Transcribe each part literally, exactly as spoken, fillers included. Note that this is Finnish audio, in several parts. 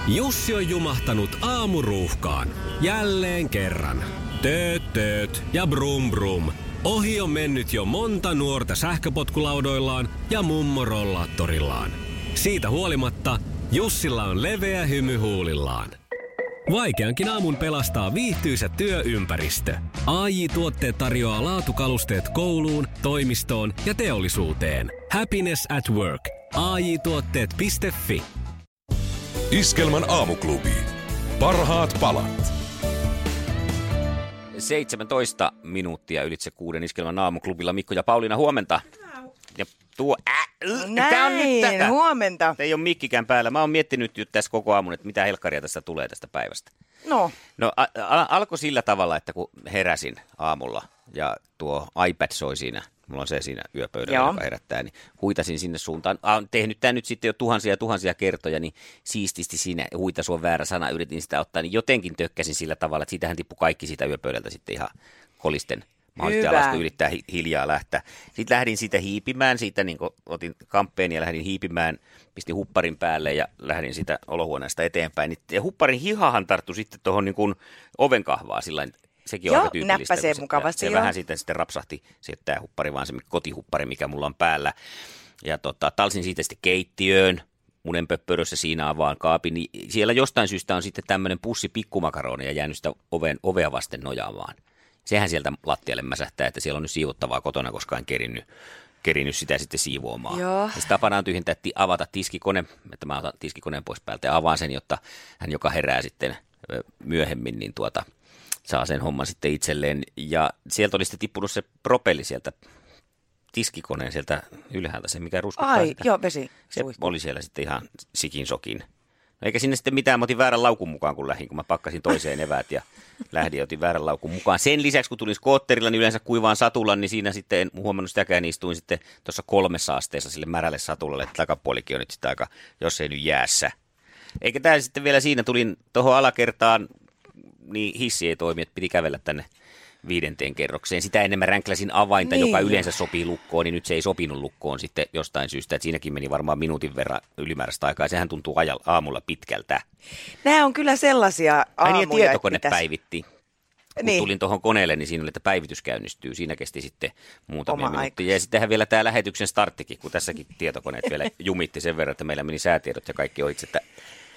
Jussi on jumahtanut aamuruuhkaan. Jälleen kerran. Tööt, tööt ja brum brum. Ohi on mennyt jo monta nuorta sähköpotkulaudoillaan ja mummorollaattorillaan. Siitä huolimatta Jussilla on leveä hymy huulillaan. Vaikeankin aamun pelastaa viihtyisä työympäristö. A J-tuotteet tarjoaa laatukalusteet kouluun, toimistoon ja teollisuuteen. Happiness at work. A J tuotteet piste fi. Iskelmän aamuklubi. Parhaat palat. seitsemäntoista minuuttia ylitse kuuden Iskelmän aamuklubilla. Mikko ja Pauliina, huomenta. Ja tuo... Äh, Näin, tää on nyt tätä. Huomenta. Ei ole mikkikään päällä. Mä oon miettinyt nyt tässä koko aamun, että mitä helkkaria tästä tulee tästä päivästä. No. No a- a- alkoi sillä tavalla, että kun heräsin aamulla ja tuo iPad soi siinä, mulla on se siinä yöpöydällä, Joo. joka herättää, niin huitasin sinne suuntaan. Olen tehnyt tämän nyt sitten jo tuhansia ja tuhansia kertoja, niin siististi siinä, huitasu on väärä sana, yritin sitä ottaa, niin jotenkin tökkäsin sillä tavalla, että siitähän tippui kaikki siitä yöpöydältä sitten ihan kolisten. Mahdollisesti Hyvä. alasta yrittää hi- hiljaa lähteä. Sitten lähdin siitä hiipimään, siitä niin otin kamppeen ja lähdin hiipimään, pistin hupparin päälle ja lähdin sitä olohuoneesta eteenpäin. Ja hupparin hihahan tarttui sitten tuohon niin kuin ovenkahvaa sillain. Sekin on Joo, aika tyypillistä. näppäsee se, mukavasti, se joo. vähän sitten, sitten rapsahti, se ei ole tämä huppari, vaan se kotihuppari, mikä mulla on päällä. Ja tota, talsin siitä sitten keittiöön, munenpöppörössä siinä avaan kaapin. Niin siellä jostain syystä on sitten tämmöinen pussi pikkumakaronia jäänyt sitä oven, ovea vasten nojaamaan. Sehän sieltä lattialle mäsähtää, että siellä on nyt siivottavaa kotona, koska en kerinnyt, kerinnyt sitä sitten siivoamaan. Joo. Ja sitten tapana on tyhjentää, avata tiskikone, että mä otan tiskikoneen pois päältä ja avaan sen, jotta hän, joka herää sitten myöhemmin, niin tuota, saa sen homman sitten itselleen. Ja sieltä oli sitten tippunut se propelli sieltä tiskikoneen sieltä ylhäältä, se mikä ruskuttaa Ai, sitä. joo, vesi. Se Suihku. oli siellä sitten ihan sikin sokin. No eikä sinne sitten mitään, mä otin väärän laukun mukaan, kun lähdin, kun mä pakkasin toiseen eväät ja lähdin ja otin väärän laukun mukaan. Sen lisäksi, kun tulin skootterilla, niin yleensä kuivaan satulan, niin siinä sitten en huomannut sitäkään, niin istuin sitten tuossa kolmessa asteessa sille märälle satulalle, että takapuolikin on nyt sitä aika, jos ei nyt jäässä. Eikä tämä sitten vielä siinä, tulin tuohon alakertaan, niin hissi ei toimi, että piti kävellä tänne viidenteen kerrokseen. Sitä ennen mä ränkläsin avainta, Niin. joka yleensä sopii lukkoon, niin nyt se ei sopinut lukkoon sitten jostain syystä, että siinäkin meni varmaan minuutin verran ylimääräistä aikaa, ja sehän tuntuu ajalla, aamulla pitkältä. Nämä on kyllä sellaisia Ai aamuja, niin, ja tietokone että pitäisi- päivitti. Kun Niin. tulin tuohon koneelle, niin siinä oli, että päivitys käynnistyy. Siinä kesti sitten muutamia Oma minuuttia. Ja sittenhän vielä tämä lähetyksen starttikin, kun tässäkin tietokoneet vielä jumitti sen verran, että meillä meni säätiedot ja kaikki ohitse, että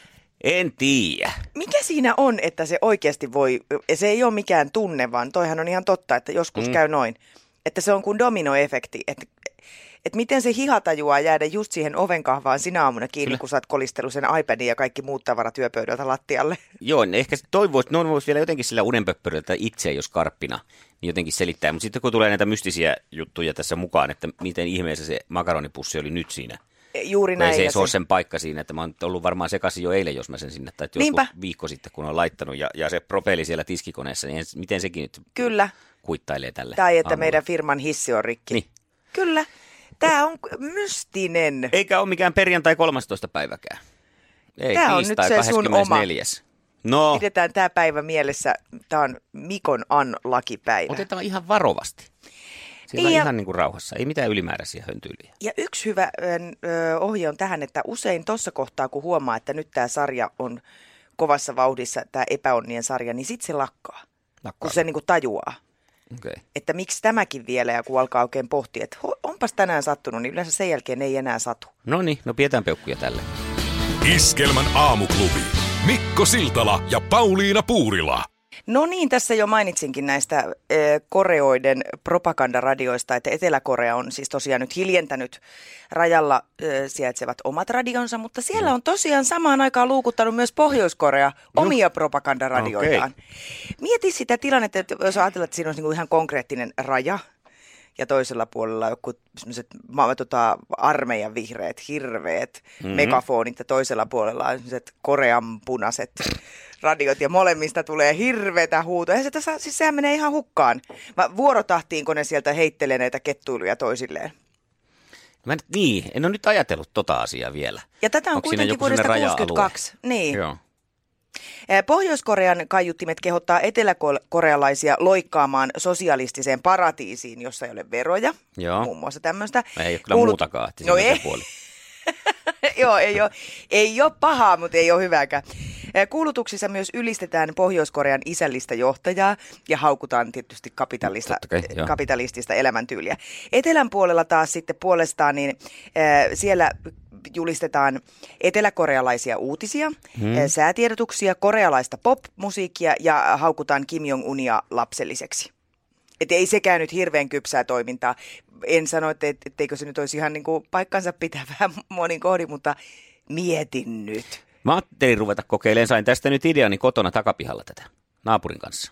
en tiedä. Mikä siinä on, että se oikeasti voi, se ei ole mikään tunne, vaan toihan on ihan totta, että joskus mm. käy noin, että se on kuin dominoefekti, että, että miten se hiha tajuaa jäädä just siihen ovenkahvaan sinä aamuna kiinni, Kyllä. kun sä oot kolistellut sen iPadin ja kaikki muut tavarat työpöydältä lattialle. Joo, niin ehkä toivoisi, noin voisi vielä jotenkin sillä unenpöppöröltä itse, jos karppina, niin jotenkin selittää. Mutta sitten kun tulee näitä mystisiä juttuja tässä mukaan, että miten ihmeessä se makaronipussi oli nyt siinä. Juuri Kun näin. ei se, ja se ole sen paikka siinä, että mä oon ollut varmaan sekaisin jo eilen, jos mä sen sinne, tai joskus Niinpä. viikko sitten, kun on laittanut, ja, ja se propeli siellä tiskikoneessa, niin ens- miten sekin nyt Kyllä. kuittailee tälle Tai että aamulla. meidän firman hissi on rikki. Niin. Kyllä. Tämä on mystinen. Eikä ole mikään perjantai kolmastoista päiväkään. Ei, Tää on tiistai nyt se sun kahdeskymmenesneljäs. No, Pidetään tämä päivä mielessä. Tämä on Mikon An-lakipäivä. otetaan ihan varovasti. Siellä on Ja- ihan niin kuin rauhassa, ei mitään ylimääräisiä höntyyliä. Ja yksi hyvä ö, ohje on tähän, että usein tuossa kohtaa, kun huomaa, että nyt tämä sarja on kovassa vauhdissa, tämä epäonnien sarja, niin sitten se lakkaa, Lakkaa. kun se niinku tajuaa, Okay. että miksi tämäkin vielä, ja kun alkaa oikein pohtia, että ho, onpas tänään sattunut, niin yleensä sen jälkeen ei enää satu. No niin, no pidetään peukkuja tälle. Iskelmän aamuklubi. Mikko Siltala ja Pauliina Puurila. No niin, tässä jo mainitsinkin näistä äh, Koreoiden propagandaradioista, että Etelä-Korea on siis tosiaan nyt hiljentänyt rajalla äh, sijaitsevat omat radionsa, mutta siellä on tosiaan samaan aikaan luukuttanut myös Pohjois-Korea omia propagandaradioitaan. Mieti sitä tilannetta, että jos ajatellaan, että siinä on niinku ihan konkreettinen raja ja toisella puolella joku sellaiset ma- tota, armeijan vihreät, hirveät mm-hmm. megafonit ja toisella puolella on sellaiset Korean punaiset radiot ja molemmista tulee hirveätä huutoa. Ja se tasa, siis sehän menee ihan hukkaan. Mä vuorotahtiinko ne sieltä heittelee näitä kettuiluja toisilleen. Mä nyt, niin, en ole nyt ajatellut tota asiaa vielä. Ja tätä on Onko siinä kuitenkin joku vuodesta sellainen raja-alue? kuusikymmentäkaksi. Niin. Joo. Pohjois-Korean kaiuttimet kehottaa eteläkorealaisia loikkaamaan sosialistiseen paratiisiin, jossa ei ole veroja. Joo. Muun muassa tämmöistä. Ei ole kyllä Kuulut- muutakaan, että No siinä on ei. se puoli. Joo, ei ole, ei ole pahaa, mutta ei ole hyvääkään. Kuulutuksissa myös ylistetään Pohjois-Korean isällistä johtajaa ja haukutaan tietysti kapitalista, kai, kapitalistista elämäntyyliä. Etelän puolella taas sitten puolestaan, niin äh, siellä julistetaan eteläkorealaisia uutisia, hmm. äh, säätiedotuksia, korealaista pop-musiikkia ja haukutaan Kim Jong-unia lapselliseksi. Että ei sekään nyt hirveän kypsää toimintaa. En sano, että etteikö se nyt olisi ihan niin kuin paikkansa pitävää monin kohdin, mutta mietin nyt. Mä ajattelin ruveta kokeilemaan. Sain tästä nyt ideani kotona takapihalla tätä naapurin kanssa.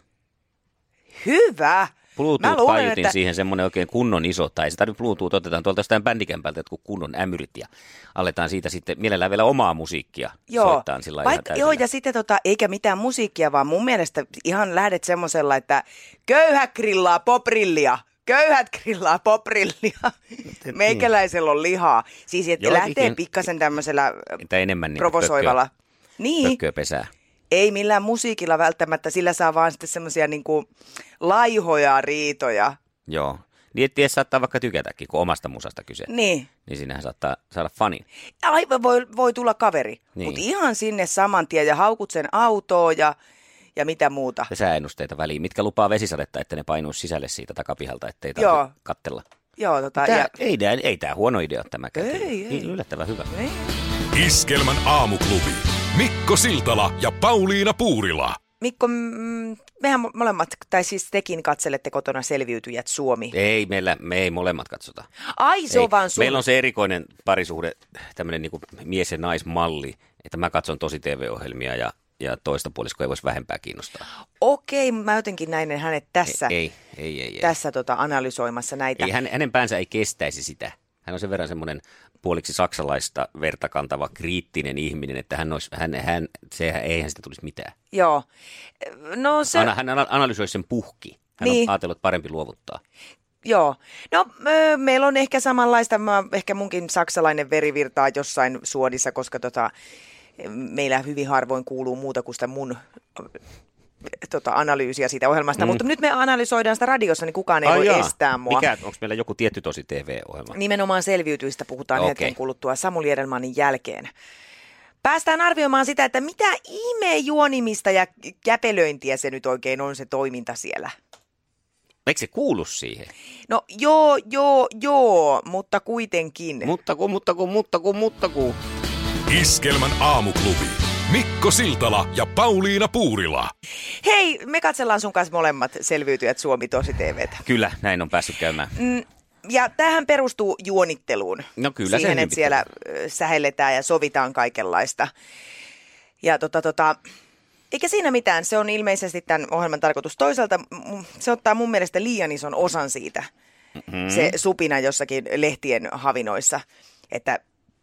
Hyvä! Bluetooth-kaiutin että... siihen semmoinen oikein kunnon iso, tai se tarvitse Bluetooth, otetaan tuolta jostain bändikämpältä, että kun kunnon ämyrit ja aletaan siitä sitten mielellään vielä omaa musiikkia joo. soittaa sillä Vaik- ihan täysillä. Joo, ja sitten tota, eikä mitään musiikkia, vaan mun mielestä ihan lähdet semmoisella, että köyhä grillaa poprillia. Köyhät grillaa poprillia. Meikäläisellä on lihaa. Siis että lähtee ikin... pikkasen tämmöisellä enemmän niin provosoivalla. Pökköä, niin. Pökköä pesää. Ei millään musiikilla välttämättä, sillä saa vaan sitten semmoisia niinku laihoja riitoja. Joo. Niin et tiedä, saattaa vaikka tykätäkin, kun omasta musasta kyse. Niin. Niin siinähän saattaa saada fanin. Aivan voi, voi tulla kaveri, niin. Mutta ihan sinne saman tien ja haukut sen autoon ja, ja mitä muuta. Ja sääennusteita väliin, mitkä lupaa vesisadetta, että ne painuisi sisälle siitä takapihalta, ettei tarvitse katsella. Joo, tota. Tää, ja... Ei, tää, ei tää huono idea tämäkään. Ei, ei. Yllättävän hyvä. Ei. Iskelmän aamuklubi. Mikko Siltala ja Pauliina Puurila. Mikko, mm, mehän molemmat, tai siis tekin katselette kotona Selviytyjät Suomi. Ei, meillä, me ei molemmat katsota. Ai, se ei. on vaan sun. Meillä on se erikoinen parisuhde, tämmöinen niin kuin mies- ja naismalli, että mä katson tosi T V-ohjelmia ja, ja toista puoliskoa ei voisi vähempää kiinnostaa. Okei, mä jotenkin näin hänet tässä, ei, ei, ei, ei, tässä tota, analysoimassa näitä. Ei, hän, hänen päänsä ei kestäisi sitä. Hän on sen verran semmoinen puoliksi saksalaista verta kantava kriittinen ihminen, että hän olisi, hän, hän, sehän, eihän sitä tulisi mitään. Joo. No se... Ana, hän analysoisi sen puhki. Hän niin. on ajatellut parempi luovuttaa. Joo. No me, meillä on ehkä samanlaista, mä, ehkä munkin saksalainen veri virtaa jossain suodissa, koska tota, meillä hyvin harvoin kuuluu muuta kuin sitä mun... Tota, analyysiä siitä ohjelmasta, mm. mutta nyt me analysoidaan sitä radiossa, niin kukaan ei Ai voi jaa. estää mua. Mikä, onko meillä joku tietty tosi T V-ohjelma? Nimenomaan Selviytyistä puhutaan okay. hetken kuluttua Samuli Edelmanin jälkeen. Päästään arvioimaan sitä, että mitä ihmeen juonimista ja käpelöintiä se nyt oikein on se toiminta siellä. Eikö se kuulu siihen? No joo, joo, joo, mutta kuitenkin. Mutta kun, mutta kun, mutta kun, mutta kun. Iskelmän aamuklubi. Mikko Siltala ja Pauliina Puurila. Hei, me katsellaan sun kanssa molemmat Selviytyjät Suomi tosi T V:tä. Kyllä, näin on päässyt käymään. Mm, ja tämähän perustuu juonitteluun. No kyllä siihen, se että siellä sähelletään ja sovitaan kaikenlaista. Ja tota tota, eikä siinä mitään, se on ilmeisesti tämän ohjelman tarkoitus. Toisaalta se ottaa mun mielestä liian ison osan siitä, mm-hmm. se supina jossakin lehtien havinoissa, että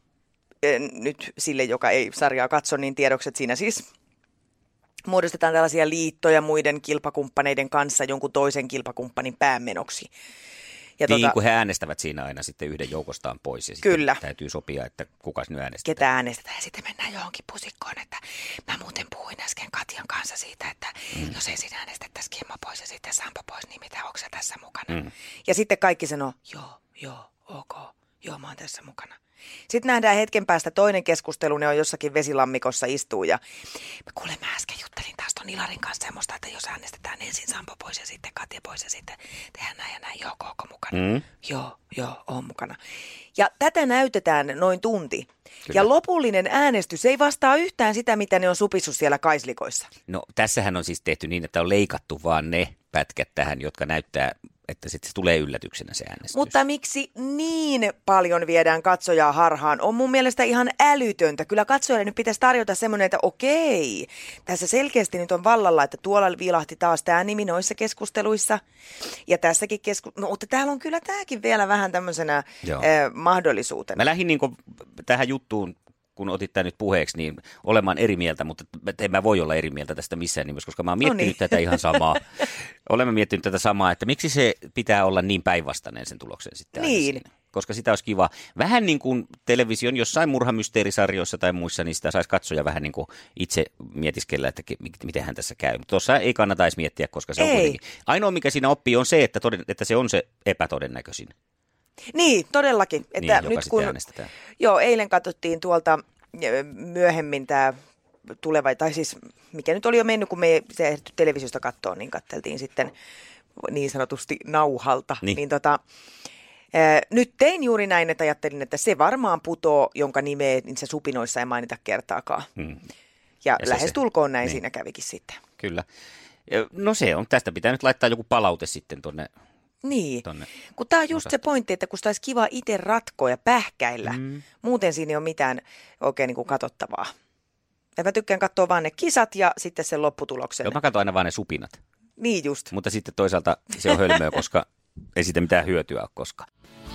nyt sille, joka ei sarjaa katso, niin tiedokset siinä siis muodostetaan tällaisia liittoja muiden kilpakumppaneiden kanssa jonkun toisen kilpakumppanin päämenoksi. Ja niin, tota, kun he äänestävät siinä aina sitten yhden joukostaan pois ja sitten kyllä. täytyy sopia, että kukas nyt äänestetään. Ketä äänestetään ja sitten mennään johonkin pusikkoon, että mä muuten puhuin äsken Katjan kanssa siitä, että mm. jos ensin äänestettäisiin Kimmo pois ja sitten Sampo pois, niin mitä, onko sä tässä mukana? Mm. Ja sitten kaikki sanoo, joo, joo, ok, joo, mä oon tässä mukana. Sitten nähdään hetken päästä toinen keskustelu, ne on jossakin vesilammikossa istuu ja mä kuulen, mä äsken juttelin taas ton Ilarin kanssa semmoista, että jos äänestetään ensin Sampo pois ja sitten Katja pois ja sitten tehdään näin ja näin, joo, onko mukana? Mm. Joo, joo, on mukana. Ja tätä näytetään noin tunti. Kyllä. Ja lopullinen äänestys ei vastaa yhtään sitä, mitä ne on supissut siellä kaislikoissa. No tässähän on siis tehty niin, että on leikattu vaan ne pätkät tähän, jotka näyttää, että sitten se tulee yllätyksenä se äänestys. Mutta miksi niin paljon viedään katsojaa harhaan? On mun mielestä ihan älytöntä. Kyllä katsojalle nyt pitäisi tarjota semmoinen, että okei, tässä selkeästi nyt on vallalla, että tuolla viilahti taas tämä nimi noissa keskusteluissa. Ja tässäkin keskusteluissa. No, mutta täällä on kyllä tämäkin vielä vähän tämmöisenä eh, mahdollisuutena. Mä lähdin niin kuin tähän juttuun, kun otit tämän nyt puheeksi, niin olemaan eri mieltä, mutta en mä voi olla eri mieltä tästä missään nimessä, koska mä oon miettinyt no niin. tätä ihan samaa. Olemme miettinyt tätä samaa, että miksi se pitää olla niin päinvastainen sen tuloksen sitten. Niin. Koska sitä olisi kiva. Vähän niin kuin television jossain murhamysteerisarjoissa tai muissa, niin sitä saisi katsoja vähän niin kuin itse mietiskellä, että mitenhän tässä käy. Mutta tuossa ei kannata edes miettiä, koska se on ei. kuitenkin. Ainoa, mikä siinä oppii, on se, että, toden, että se on se epätodennäköisin. Niin, todellakin. Että niin, nyt kun, joo, eilen katsottiin tuolta myöhemmin tämä tuleva, tai siis mikä nyt oli jo mennyt, kun me ei se ehditty televisiosta katsoa, niin katteltiin sitten niin sanotusti nauhalta. Niin. Niin tota, ää, nyt tein juuri näin, että ajattelin, että se varmaan putoo, jonka nimeä niin se supinoissa ei mainita kertaakaan. Hmm. Ja, ja lähestulkoon näin niin. Siinä kävikin sitten. Kyllä. No se on. Tästä pitää nyt laittaa joku palaute sitten tuonne. Niin, kun tämä on just se pointti, että kun sitä olisi kiva itse ratkoa ja pähkäillä, mm. muuten siinä ei ole mitään oikein niin kuin katsottavaa. Ja mä tykkään katsoa vaan ne kisat ja sitten sen lopputuloksen. Joo, mä katson aina vaan ne supinat. Niin just. Mutta sitten toisaalta se on hölmöä, koska ei siitä mitään hyötyä ole koskaan.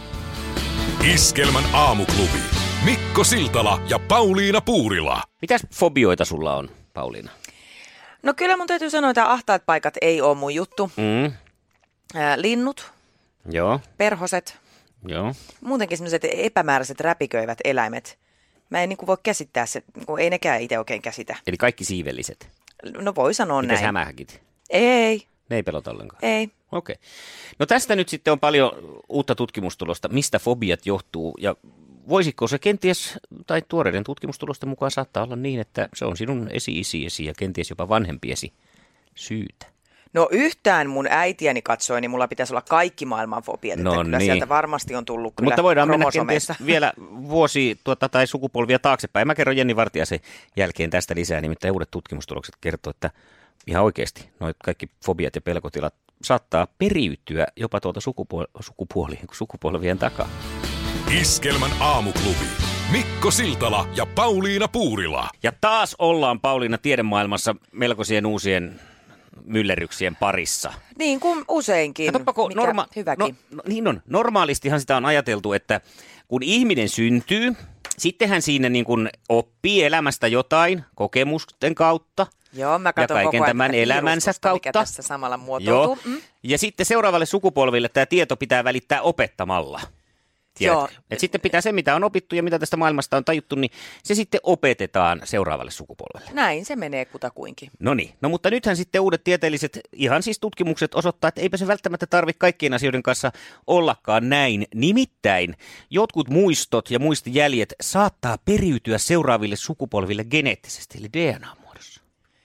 Iskelmän aamuklubi. Mikko Siltala ja Pauliina Puurila. Mitäs fobioita sulla on, Pauliina? No kyllä mun täytyy sanoa, että ahtaat paikat ei ole mun juttu. Mm. Ää, linnut, Joo. perhoset, Joo. muutenkin sellaiset epämääräiset räpiköivät eläimet. Mä en niin kuin voi käsittää se, kun ei nekään itse oikein käsitä. Eli kaikki siivelliset. No voi sanoa Mites näin. hämähäkit? Ei. Ne ei pelota ollenkaan? Ei. Okei. Okay. No tästä nyt sitten on paljon uutta tutkimustulosta, mistä fobiat johtuu ja voisiko se kenties, tai tuoreiden tutkimustulosten mukaan saattaa olla niin, että se on sinun esi-isiesi ja kenties jopa vanhempiesi syytä? No yhtään mun äitiäni katsoi, niin mulla pitäisi olla kaikki maailman fobiat, no että kyllä niin. Sieltä varmasti on tullut kyllä Mutta voidaan mennä kromosomeista. kenties vielä vuosi tuota, tai sukupolvia taaksepäin. Mä kerron Jenni Vartiaisen jälkeen tästä lisää, nimittäin uudet tutkimustulokset kertoo, että ihan oikeasti noit kaikki fobiat ja pelkotilat saattaa periytyä jopa tuolta sukupuol- sukupuolien, sukupolvien takaa. Iskelmän aamuklubi. Mikko Siltala ja Pauliina Puurila. Ja taas ollaan, Pauliina, tiedemaailmassa melkoisien uusien myllerryksien parissa. Niin kuin useinkin, Katsoppa, mikä norma- hyväkin. No, no, niin on. Normaalistihan sitä on ajateltu, että kun ihminen syntyy, sittenhän siinä niin kuin oppii elämästä jotain kokemusten kautta. Joo, mä ja katson kaiken koko ajan tämän tätä elämänsä kiirustusta, kautta. mikä tässä samalla muotoutuu. Joo. Mm. Ja sitten seuraavalle sukupolville tämä tieto pitää välittää opettamalla. Joo. Et sitten pitää se, mitä on opittu ja mitä tästä maailmasta on tajuttu, niin se sitten opetetaan seuraavalle sukupolvelle. Näin se menee kutakuinkin. No niin, no mutta nythän sitten uudet tieteelliset, ihan siis tutkimukset osoittaa, että eipä se välttämättä tarvitse kaikkien asioiden kanssa ollakaan näin. Nimittäin jotkut muistot ja muistijäljet saattaa periytyä seuraaville sukupolville geneettisesti, eli D N A-muodossa.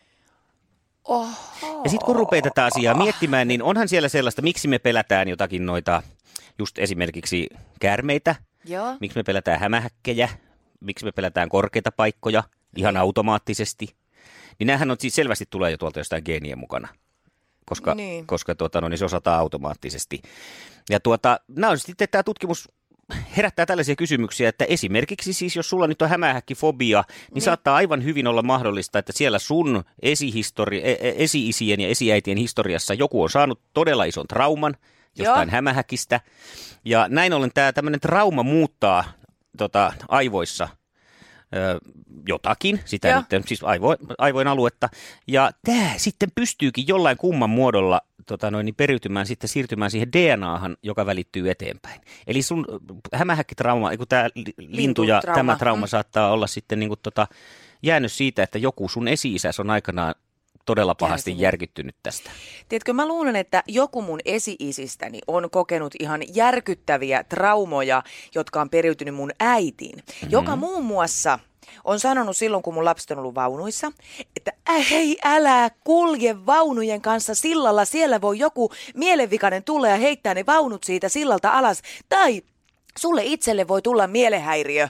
Oho. Ja sitten kun rupeaa tätä asiaa miettimään, niin onhan siellä sellaista, miksi me pelätään jotakin noita, just esimerkiksi käärmeitä, Joo. miksi me pelätään hämähäkkejä, miksi me pelätään korkeita paikkoja ihan automaattisesti. Niin näähän on siis selvästi tulee jo tuolta jostain geenien mukana, koska, niin. koska tuota, no, niin se osataan automaattisesti. Ja tuota, nämä on sitten tämä tutkimus herättää tällaisia kysymyksiä, että esimerkiksi siis jos sulla nyt on hämähäkkifobia, niin, niin saattaa aivan hyvin olla mahdollista, että siellä sun esihistori- esi-isien ja esiäitien historiassa joku on saanut todella ison trauman jostain Joo. hämähäkistä. Ja näin ollen tämä tämmöinen trauma muuttaa tota, aivoissa ö, jotakin, sitä Joo. nyt, siis aivo, aivojen aluetta. Ja tämä sitten pystyykin jollain kumman muodolla tota noin, niin periytymään sitten siirtymään siihen D N A:han, joka välittyy eteenpäin. Eli sun hämähäkkitrauma, kun tämä lintu ja Lintutrauma. tämä trauma mm. saattaa olla sitten niin kuin tota, jäänyt siitä, että joku sun esi-isäs on aikanaan todella pahasti Kärsinyt. järkyttynyt tästä. Tiedätkö, mä luulen, että joku mun esi-isistäni on kokenut ihan järkyttäviä traumoja, jotka on periytynyt mun äitiin, mm-hmm. joka muun muassa on sanonut silloin, kun mun lapset on ollut vaunuissa, että hei, älä kulje vaunujen kanssa sillalla, siellä voi joku mielenvikainen tulla ja heittää ne vaunut siitä sillalta alas, tai sulle itselle voi tulla mielenhäiriö.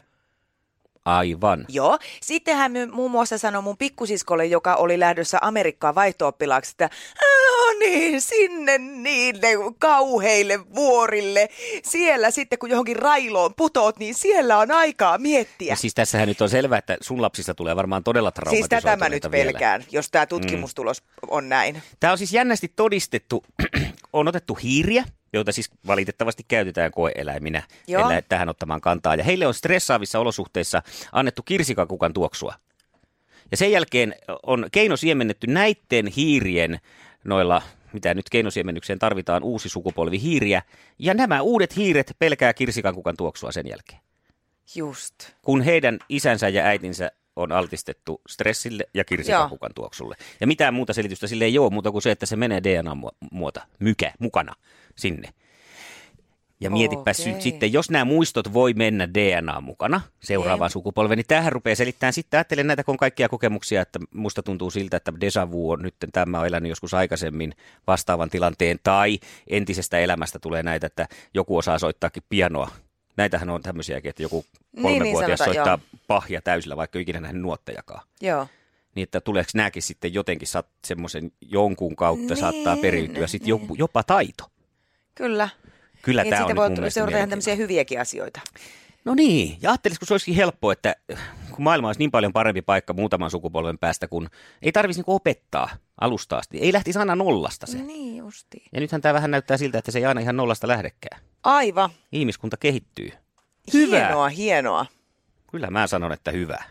Aivan. Joo. Sitten hän muun muassa sanoi mun pikkusiskolle, joka oli lähdössä Amerikkaan vaihto-oppilaaksi, että no niin, sinne niille kauheille vuorille. Siellä sitten, kun johonkin railoon putoot, niin siellä on aikaa miettiä. Ja siis tässähän nyt on selvää, että sun lapsista tulee varmaan todella traumatisoituneita. Siis tätä mä nyt vielä. pelkään, jos tämä tutkimustulos mm. on näin. Tämä on siis jännästi todistettu, on otettu hiiriä, joita siis valitettavasti käytetään koe-eläiminä ellei tähän ottamaan kantaa. Ja heille on stressaavissa olosuhteissa annettu kirsikakukan tuoksua. Ja sen jälkeen on keinosiemennetty näitten hiirien noilla, mitä nyt keinosiemennykseen tarvitaan, uusi sukupolvi hiiriä. Ja nämä uudet hiiret pelkää kirsikakukan tuoksua sen jälkeen. Just. Kun heidän isänsä ja äitinsä on altistettu stressille ja kirsikakukan Joo. tuoksulle. Ja mitään muuta selitystä sille ei ole muuta kuin se, että se menee D N A-muota mykä, mukana sinne. Ja mietipä Okei. okay. sitten, jos nämä muistot voi mennä D N A mukana seuraavaan sukupolveen, niin tämähän rupeaa selittämään. Sitten ajattelen näitä, kun on kaikkia kokemuksia, että musta tuntuu siltä, että déjà vu on nyt, tämä on elänyt joskus aikaisemmin vastaavan tilanteen, tai entisestä elämästä tulee näitä, että joku osaa soittaakin pianoa. Näitähän on tämmöisiäkin, että joku kolmevuotias niin, niin soittaa joo. pahja täysillä, vaikka ei ikinä nähnyt nuottejakaan. Joo. Niin, että tuleeko nämäkin sitten jotenkin semmoisen jonkun kautta niin. saattaa periytyä sitten niin. jopa taito. Kyllä. Kyllä niin, tämä on voi nyt mun mielestä seurata ihan tämmöisiä hyviäkin asioita. No niin, ja ajattelisiko se olisikin helppoa, että kun maailma olisi niin paljon parempi paikka muutaman sukupolven päästä, kun ei tarvitsisi niin opettaa alusta asti. Ei lähtisi aina nollasta se. Niin justiin. Ja nythän tämä vähän näyttää siltä, että se ei aina ihan nollasta lähdekään. Aivan. Ihmiskunta kehittyy. Hyvä. Hienoa, hienoa. Kyllä mä sanon, että hyvä.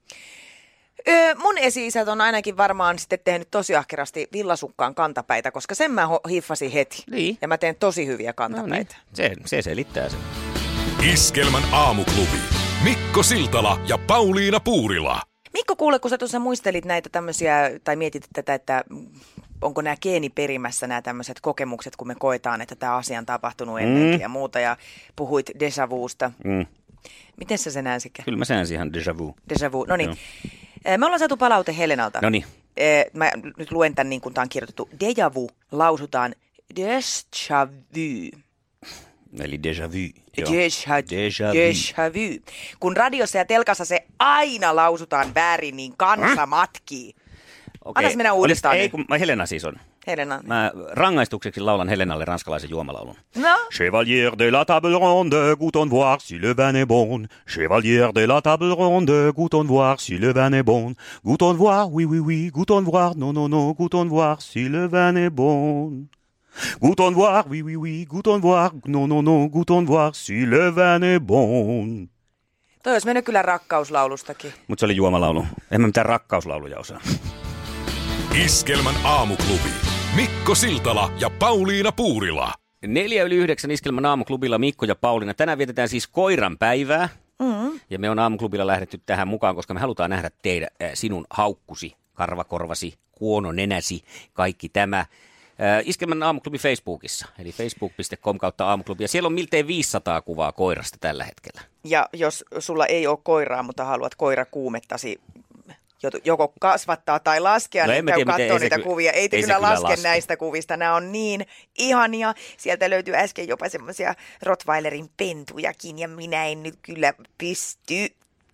Öö, mun esi-isät on ainakin varmaan sitten tehnyt tosi ahkerasti villasukkaan kantapäitä, koska sen mä ho- hiffasin heti. Niin. Ja mä teen tosi hyviä kantapäitä. No niin. se, se selittää sen. Iskelmän aamuklubi. Mikko Siltala ja Pauliina Puurila. Mikko, kuule, kun sä tuossa muistelit näitä tämmöisiä, tai mietit tätä, että onko nämä geeniperimässä nämä tämmöiset kokemukset, kun me koetaan, että tämä asia on tapahtunut ennenkin mm. ja muuta, ja puhuit déjà vusta. Mm. Miten sä sen äänsikään? Kyllä mä säänsin ihan déjà vu. Déjà vu, no niin. Me ollaan saatu palaute Helenalta. No niin. Mä nyt luen tämän niin kuin tämä on kirjoitettu. Déjà vu lausutaan déjà vu. Eli déjà vu. Déjà, déjà, déjà vu. Kun radiossa ja telkassa se aina lausutaan väärin, niin kansa matkii. Okay. Annas mennä uudestaan. Olis, ei, kun Helena siis on. Helena. Mä rangaistukseksi laulan Helenalle ranskalaisen juomalaulun. No. Chevalier de la table ronde, goûtons voir si le vin est bon. Chevalier de la table ronde, goûtons voir si le vin est bon. Goûtons voir, oui, oui, oui, goûtons voir, non, non, non, goûtons voir si le vin est bon. Goûtons voir, oui, oui, oui, goûtons voir, non, non, non, goûtons voir si le vin est bon. Toi olisi mennyt kyllä rakkauslaulustakin. Mutta se oli juomalaulu. En mä mitään rakkauslauluja osaa. Iskelmän aamuklubi. Mikko Siltala ja Pauliina Puurila. Neljä yli yhdeksän Iskelmän aamuklubilla Mikko ja Pauliina. Tänään vietetään siis koiran päivää. Mm-hmm. Ja me on aamuklubilla lähdetty tähän mukaan, koska me halutaan nähdä teidän, äh, sinun haukkusi, karvakorvasi, kuononenäsi, kaikki tämä. Äh, Iskelmän aamuklubi Facebookissa, eli facebook piste com kautta aamuklubi. Ja siellä on miltei viisisataa kuvaa koirasta tällä hetkellä. Ja jos sulla ei ole koiraa, mutta haluat koirakuumettasi joko kasvattaa tai laskea, no niin käy katsoa niitä ky- kuvia. Ei te ei kyllä, kyllä laske, laske näistä kuvista. Nämä on niin ihania. Sieltä löytyy äsken jopa semmoisia Rottweilerin pentujakin, ja minä en nyt kyllä pysty.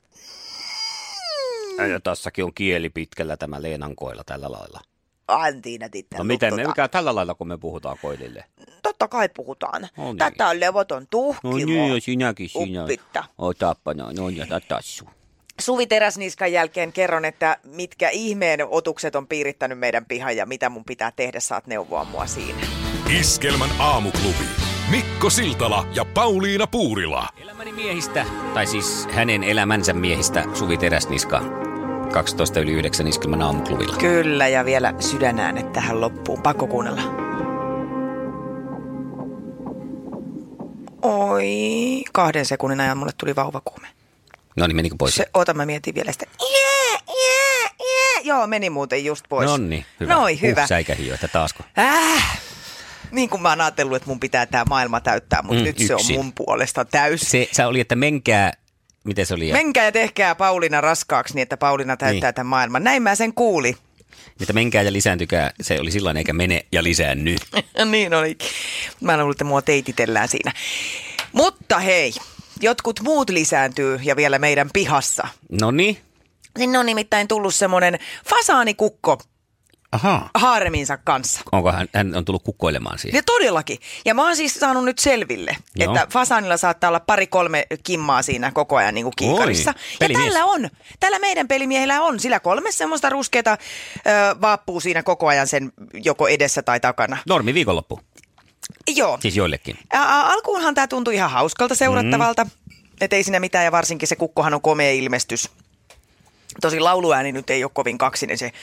Ja tassakin on kieli pitkällä tämä Leenan koilla tällä lailla. Antiina tittä. No miten me mikä tällä lailla, kun me puhutaan koilille? Totta kai puhutaan. No niin. Tätä on levoton tuhkimo. No niin, ja sinäkin sinä. Uppitta. Otappa noin, no ja tassu. Suvi Teräsniskan jälkeen kerron, että mitkä ihmeen otukset on piirittänyt meidän pihan ja mitä mun pitää tehdä, saat neuvoa mua siinä. Iskelmän aamuklubi. Mikko Siltala ja Pauliina Puurila. Elämäni miehistä, tai siis hänen elämänsä miehistä, Suvi Teräsniska, kaksitoista yli yhdeksän Iskelmän aamuklubilla. Kyllä, ja vielä sydänäänet tähän loppuun. Pakko kuunnella. Oi, kahden sekunnin ajan mulle tuli vauvakuume. No niin, menikö pois? Se, oota, mä mietin vielä sitä. Yeah, yeah, yeah. Joo, meni muuten just pois. No niin, hyvä. Noi, hyvä. Uh, säikähijoita taasko? Äh, niin kuin mä oon ajatellut, että mun pitää tää maailma täyttää, mutta Mm, nyt se on yksin. mun puolesta täysin. Se, sä oli, että menkää, miten se oli? Ja, Menkää ja tehkää Pauliina raskaaksi niin, että Pauliina täyttää Niin. tämän maailman. Näin mä sen kuulin. että menkää ja lisääntykää, se oli silloin eikä mene ja lisäänny. Niin oli. Mä luulen, että mua teititellään siinä. Mutta hei, jotkut muut lisääntyy ja vielä meidän pihassa. No niin. Sinne on nimittäin tullut semmoinen fasaanikukko Ahaa. haareminsa kanssa. Onko hän, hän on tullut kukkoilemaan siihen? Ja todellakin. Ja mä oon siis saanut nyt selville, Joo. että fasaanilla saattaa olla pari-kolme kimmaa siinä koko ajan niin kuin kiikarissa. Oi, ja pelimies. tällä on. Tällä meidän pelimiehellä on. Sillä kolme semmoista ruskeata ö, vaappuu siinä koko ajan sen joko edessä tai takana. Normi viikonloppu, Joo. siis joillekin. Ä, alkuunhan tämä tuntui ihan hauskalta seurattavalta. Mm. Että ei siinä mitään ja varsinkin se kukkohan on komea ilmestys. Tosin lauluääni nyt ei ole kovin kaksinen se.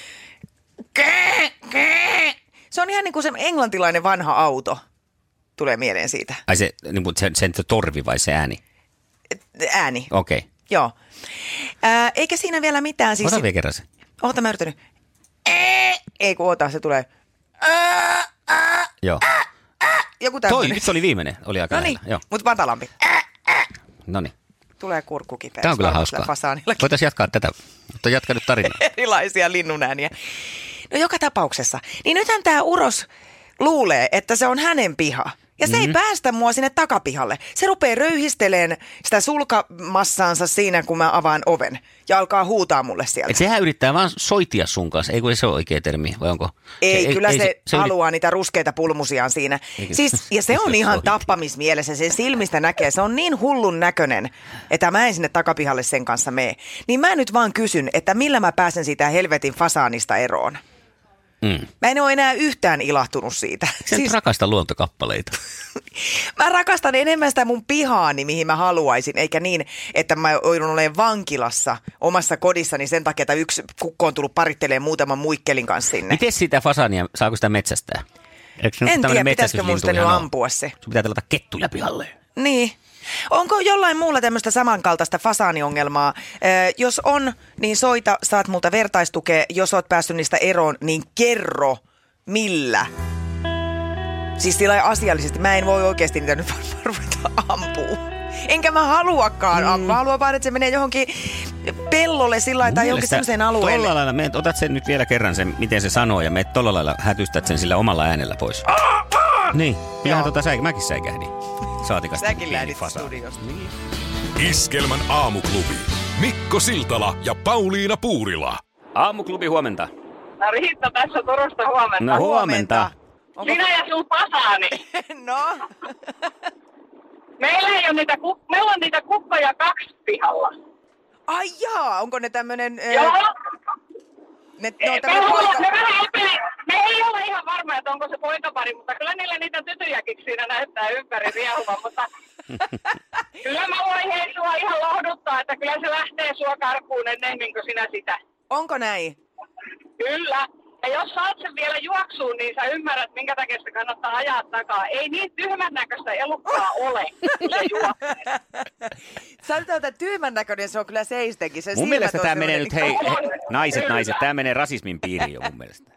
Se on ihan niin kuin se englantilainen vanha auto. Tulee mieleen siitä. Ai se, niin, mutta se, sen torvi vai se ääni? Ääni. Okei. Okay. Joo. Ää, eikä siinä vielä mitään siis. Ota vielä kerran se. Oota, mä yritän nyt. Ei kun oota, se tulee. Joo. joku tämmöinen. Toi, nyt oli viimeinen, oli aika No niin, lähellä. mutta matalampi. Noniin. Tulee kurkku kipeäksi. Tämä on kyllä hauskaa. Voitaisiin jatkaa tätä, mutta jatka nyt tarinaa. Erilaisia linnunääniä. No joka tapauksessa. Niin nythän tämä Uros luulee, että se on hänen piha. Ja se mm-hmm. ei päästä mua sinne takapihalle. Se rupeaa röyhisteleen sitä sulkamassaansa siinä, kun mä avaan oven. Ja alkaa huutaa mulle sieltä. Et sehän yrittää vaan soitia sun kanssa. Ei kun se ole oikea termi, vai onko? Ei, se, kyllä ei, se, se, se haluaa yrit... niitä ruskeita pulmusiaan siinä. Siis, ja se on ihan tappamismielessä. Sen silmistä näkee. Se on niin hullun näköinen, että mä en sinne takapihalle sen kanssa mene. Niin mä nyt vaan kysyn, että millä mä pääsen siitä helvetin fasaanista eroon. Mm. Mä en ole enää yhtään ilahtunut siitä. Sä siis... rakasta luontokappaleita. Mä rakastan enemmän sitä mun pihaani, mihin mä haluaisin, eikä niin, että mä joudun olemaan vankilassa omassa kodissani sen takia, että yksi kukko on tullut parittelemaan muutaman muikkelin kanssa sinne. Miten sitä fasania, saako sitä metsästää? En tiedä, pitäisikö mun sitä nyt ampua se. Sun pitää telata kettuja pihalle. Niin. Onko jollain muulla tämmöistä samankaltaista fasaaniongelmaa? Ee, jos on, niin soita, saat multa vertaistukea. Jos oot päässyt niistä eroon, niin kerro, millä. Siis sillä asiallisesti. Mä en voi oikeasti niitä nyt varmaan ruveta ampua. Enkä mä haluakaan mm. ampua. Mä haluan vaan, että se menee johonkin pellolle sillä lailla tai johonkin semmoiseen alueelle. Tolla lailla, me otat sen nyt vielä kerran sen, miten se sanoo, ja me tolla lailla hätystät sen sillä omalla äänellä pois. Niin, kyllähän tota sä, mäkin säikähdin. Saatikasta säkin lähdit studiosta. Niin. Iskelmän aamuklubi. Mikko Siltala ja Pauliina Puurila. Aamuklubi, huomenta. No Riitta tässä Turusta, huomenta. No huomenta. Onko... Minä ja sun fasaani. No. Meillä ei ole niitä, kuk... Meillä on niitä kukkoja kaksi pihalla. Ai jaa, onko ne tämmönen... Joo. Äh... Ne, ne on tämmönen poika... Me, me, me ei ole ihan varma, että onko se poikapari, mutta kyllä niillä niitä tytyjäkin siinä näyttää ympäri riehuvan, mutta kyllä mä voin hei sua ihan lohduttaa, että kyllä se lähtee sua karkuun ennen kuin sinä sitä. Onko näin? Kyllä. Ja jos saat sen vielä juoksuun, niin sä ymmärrät, minkä takia sitä kannattaa ajaa takaa. Ei niin tyhmän näköistä elukkaa ole, kun se juoksee. Sanotaan, että tyhmän näköinen se on kyllä seistenkin. Sen mun mielestä tämä menee nyt, hei, he, naiset, kyllä. naiset, tämä menee rasismin piiriin jo mun mielestä.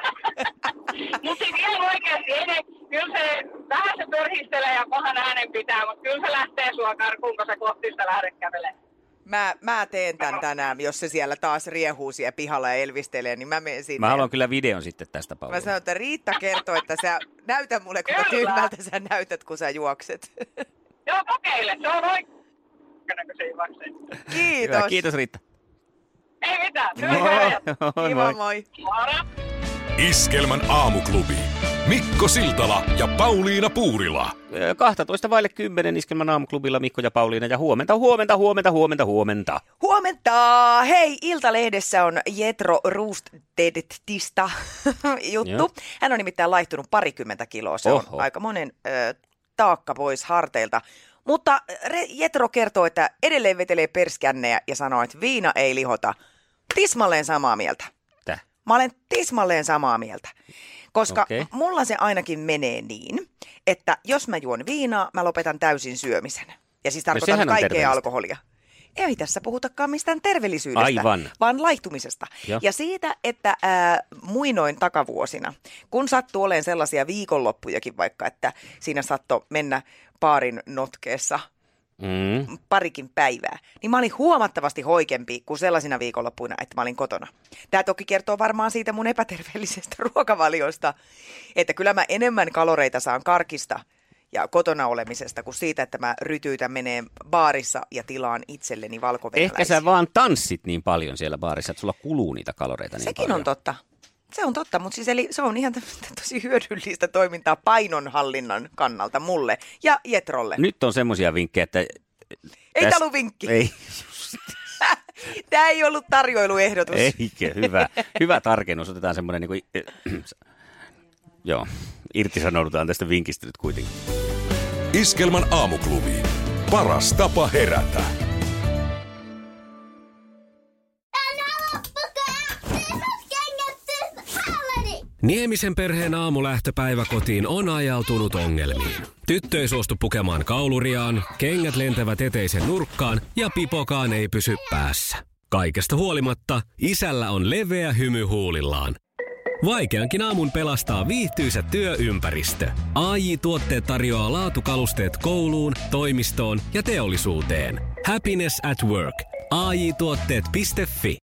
Mutta siis ihan oikeasti, ei ne, kyllä se vähän se pörhistelee ja pahan äänen pitää, mutta kyllä se lähtee sua karkuun, kun sä kohti sitä lähdet kävelemään. Mä, mä teen tän tänään, jos se siellä taas riehuu siellä pihalla ja elvistelee, niin mä menen sinne. Mä haluan kyllä videon sitten tästä, Pauliina. Mä sanon, että Riitta kertoo, että sä näytä mulle, kuinka tyhmältä sä näytät, kun sä juokset. Joo, kokeile. Se on oikein, kun se juoksee. Kiitos. Hyvä, kiitos Riitta. Ei mitään. Hyvä moi. Kiva, moi. Moro. Iskelmän aamuklubi. Mikko Siltala ja Pauliina Puurila. kaksitoista vaille kymmenen Iskelmän aamuklubilla Mikko ja Pauliina ja huomenta, huomenta, huomenta, huomenta, huomenta. Huomenta! Hei, Iltalehdessä on Jethro Roostedtista juttu. Joo. Hän on nimittäin laihtunut parikymmentä kiloa. Se Oho. on aika monen ö, taakka pois harteilta. Mutta Jethro kertoo, että edelleen vetelee perskännejä ja sanoo, että viina ei lihota. Tismalleen samaa mieltä. Täh? Mä olen tismalleen samaa mieltä. Koska okay. mulla se ainakin menee niin, että jos mä juon viinaa, mä lopetan täysin syömisen. Ja siis tarkoitan no, kaikkea alkoholia. Ei tässä puhutakaan mistään terveellisyydestä, Aivan. vaan laihtumisesta. Jo. Ja siitä, että ää, muinoin takavuosina, kun sattuu olemaan sellaisia viikonloppujakin vaikka, että siinä saattoi mennä paarin notkeessa mm. parikin päivää, niin mä olin huomattavasti hoikempi kuin sellaisina viikonloppuina, että mä olin kotona. Tämä toki kertoo varmaan siitä mun epäterveellisestä ruokavaliosta, että kyllä mä enemmän kaloreita saan karkista ja kotona olemisesta kuin siitä, että mä rytyytän menee baarissa ja tilaan itselleni valkovenäläisiä. Ehkä sä vaan tanssit niin paljon siellä baarissa, että sulla kuluu niitä kaloreita niin Sekin paljon. on totta. Se on totta, mutta siis eli se on ihan tosi hyödyllistä toimintaa painonhallinnan kannalta mulle ja Jethrolle. Nyt on semmoisia vinkkejä, että... Ei täs... tämä ollut vinkki. Ei. Tämä ei ollut tarjoiluehdotus. Eikö, hyvä. Hyvä tarkennus. Otetaan semmoinen niin kuin... Joo, irtisanoudutaan tästä vinkistä nyt kuitenkin. Iskelmän aamuklubi. Paras tapa herätä. Niemisen perheen aamulähtöpäivä kotiin on ajautunut ongelmiin. Tyttö ei suostu pukemaan kauluriaan, kengät lentävät eteisen nurkkaan ja pipokaan ei pysy päässä. Kaikesta huolimatta isällä on leveä hymy huulillaan. Vaikeankin aamun pelastaa viihtyisä työympäristö. A J-tuotteet tarjoaa laatukalusteet kouluun, toimistoon ja teollisuuteen. Happiness at work. A J tuotteet piste fi